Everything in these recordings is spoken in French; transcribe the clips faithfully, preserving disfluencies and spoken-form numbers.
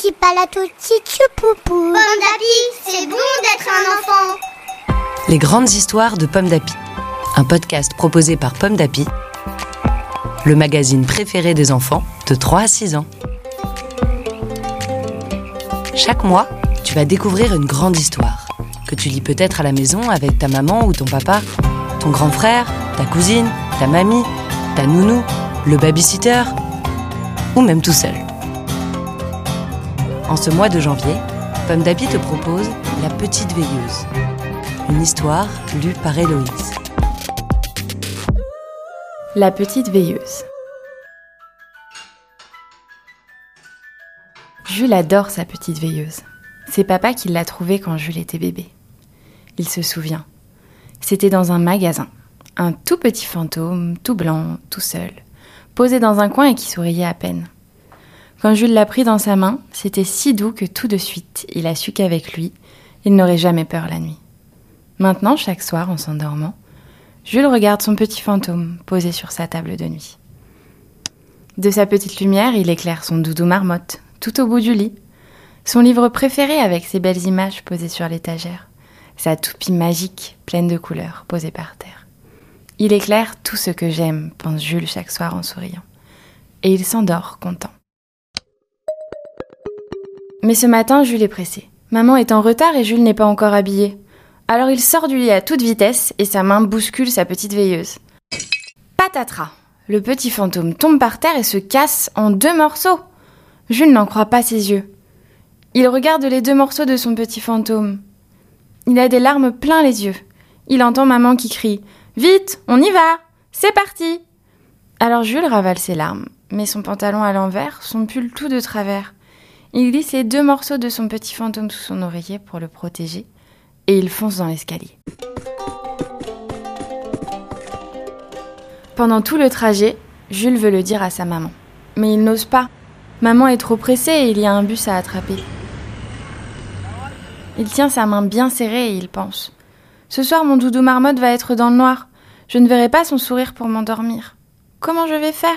Titi palatouti tchoupoupou. Pomme d'Api, c'est bon d'être un enfant. Les grandes histoires de Pomme d'Api. Un podcast proposé par Pomme d'Api, le magazine préféré des enfants de trois à six ans. Chaque mois, tu vas découvrir une grande histoire que tu lis peut-être à la maison avec ta maman ou ton papa, ton grand frère, ta cousine, ta mamie, ta nounou, le babysitter ou même tout seul. En ce mois de janvier, Pomme d'Api te propose La Petite Veilleuse, une histoire lue par Héloïse. La Petite Veilleuse. Jules adore sa petite veilleuse. C'est papa qui l'a trouvée quand Jules était bébé. Il se souvient. C'était dans un magasin. Un tout petit fantôme, tout blanc, tout seul, posé dans un coin et qui souriait à peine. Quand Jules l'a pris dans sa main, c'était si doux que tout de suite, il a su qu'avec lui, il n'aurait jamais peur la nuit. Maintenant, chaque soir, en s'endormant, Jules regarde son petit fantôme posé sur sa table de nuit. De sa petite lumière, il éclaire son doudou marmotte, tout au bout du lit, son livre préféré avec ses belles images posées sur l'étagère, sa toupie magique pleine de couleurs posée par terre. Il éclaire tout ce que j'aime, pense Jules chaque soir en souriant. Et il s'endort content. Mais ce matin, Jules est pressé. Maman est en retard et Jules n'est pas encore habillé. Alors il sort du lit à toute vitesse et sa main bouscule sa petite veilleuse. Patatras! Le petit fantôme tombe par terre et se casse en deux morceaux. Jules n'en croit pas ses yeux. Il regarde les deux morceaux de son petit fantôme. Il a des larmes plein les yeux. Il entend maman qui crie « Vite, on y va! C'est parti !» Alors Jules ravale ses larmes, met son pantalon à l'envers, son pull tout de travers. Il glisse les deux morceaux de son petit fantôme sous son oreiller pour le protéger et il fonce dans l'escalier. Pendant tout le trajet, Jules veut le dire à sa maman. Mais il n'ose pas. Maman est trop pressée et il y a un bus à attraper. Il tient sa main bien serrée et il pense. Ce soir, mon doudou marmotte va être dans le noir. Je ne verrai pas son sourire pour m'endormir. Comment je vais faire ?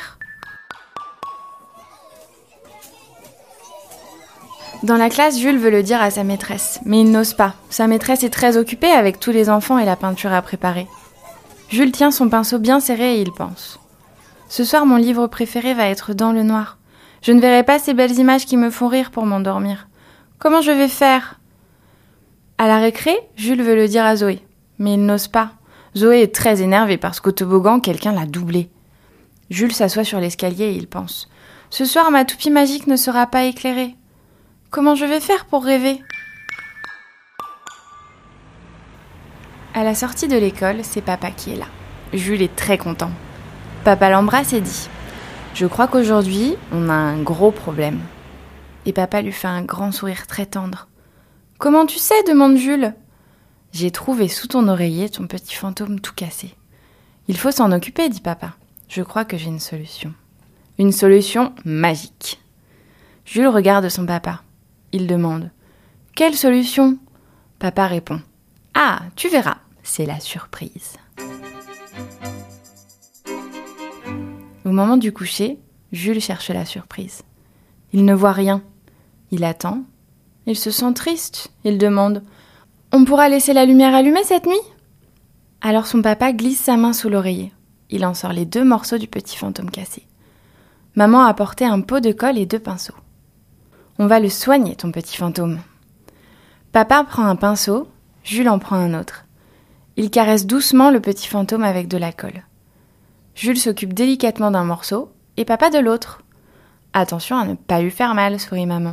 Dans la classe, Jules veut le dire à sa maîtresse, mais il n'ose pas. Sa maîtresse est très occupée avec tous les enfants et la peinture à préparer. Jules tient son pinceau bien serré et il pense. Ce soir, mon livre préféré va être dans le noir. Je ne verrai pas ces belles images qui me font rire pour m'endormir. Comment je vais faire ? À la récré, Jules veut le dire à Zoé, mais il n'ose pas. Zoé est très énervée parce qu'au toboggan, quelqu'un l'a doublée. Jules s'assoit sur l'escalier et il pense. Ce soir, ma toupie magique ne sera pas éclairée. Comment je vais faire pour rêver ? À la sortie de l'école, c'est papa qui est là. Jules est très content. Papa l'embrasse et dit « Je crois qu'aujourd'hui, on a un gros problème. » Et papa lui fait un grand sourire très tendre. « Comment tu sais ?» demande Jules. « J'ai trouvé sous ton oreiller ton petit fantôme tout cassé. Il faut s'en occuper, dit papa. Je crois que j'ai une solution. Une solution magique. » Jules regarde son papa. Il demande « Quelle solution ?» Papa répond « Ah, tu verras, c'est la surprise. » Au moment du coucher, Jules cherche la surprise. Il ne voit rien. Il attend. Il se sent triste. Il demande « On pourra laisser la lumière allumée cette nuit ?» Alors son papa glisse sa main sous l'oreiller. Il en sort les deux morceaux du petit fantôme cassé. Maman a apporté un pot de colle et deux pinceaux. On va le soigner, ton petit fantôme. Papa prend un pinceau, Jules en prend un autre. Il caresse doucement le petit fantôme avec de la colle. Jules s'occupe délicatement d'un morceau et papa de l'autre. Attention à ne pas lui faire mal, sourit maman.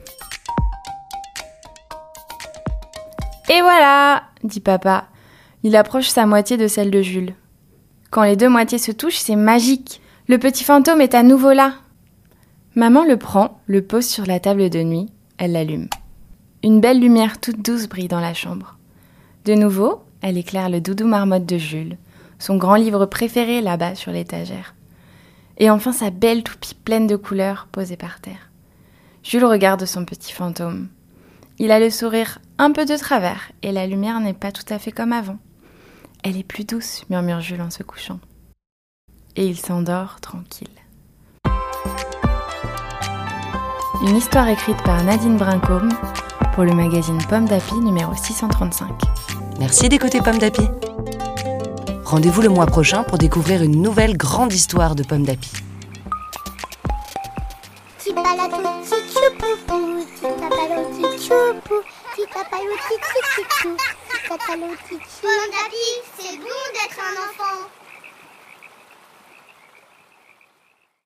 Et voilà, dit papa. Il approche sa moitié de celle de Jules. Quand les deux moitiés se touchent, c'est magique. Le petit fantôme est à nouveau là. Maman le prend, le pose sur la table de nuit, elle l'allume. Une belle lumière toute douce brille dans la chambre. De nouveau, elle éclaire le doudou marmotte de Jules, son grand livre préféré là-bas sur l'étagère. Et enfin sa belle toupie pleine de couleurs posée par terre. Jules regarde son petit fantôme. Il a le sourire un peu de travers et la lumière n'est pas tout à fait comme avant. Elle est plus douce, murmure Jules en se couchant. Et il s'endort tranquille. une histoire écrite par Nadine Brincombe pour le magazine Pomme d'Api numéro six cent trente-cinq. Merci d'écouter Pomme d'Api. Rendez-vous le mois prochain pour découvrir une nouvelle grande histoire de Pomme d'Api. Pomme d'Api, c'est bon d'être un enfant.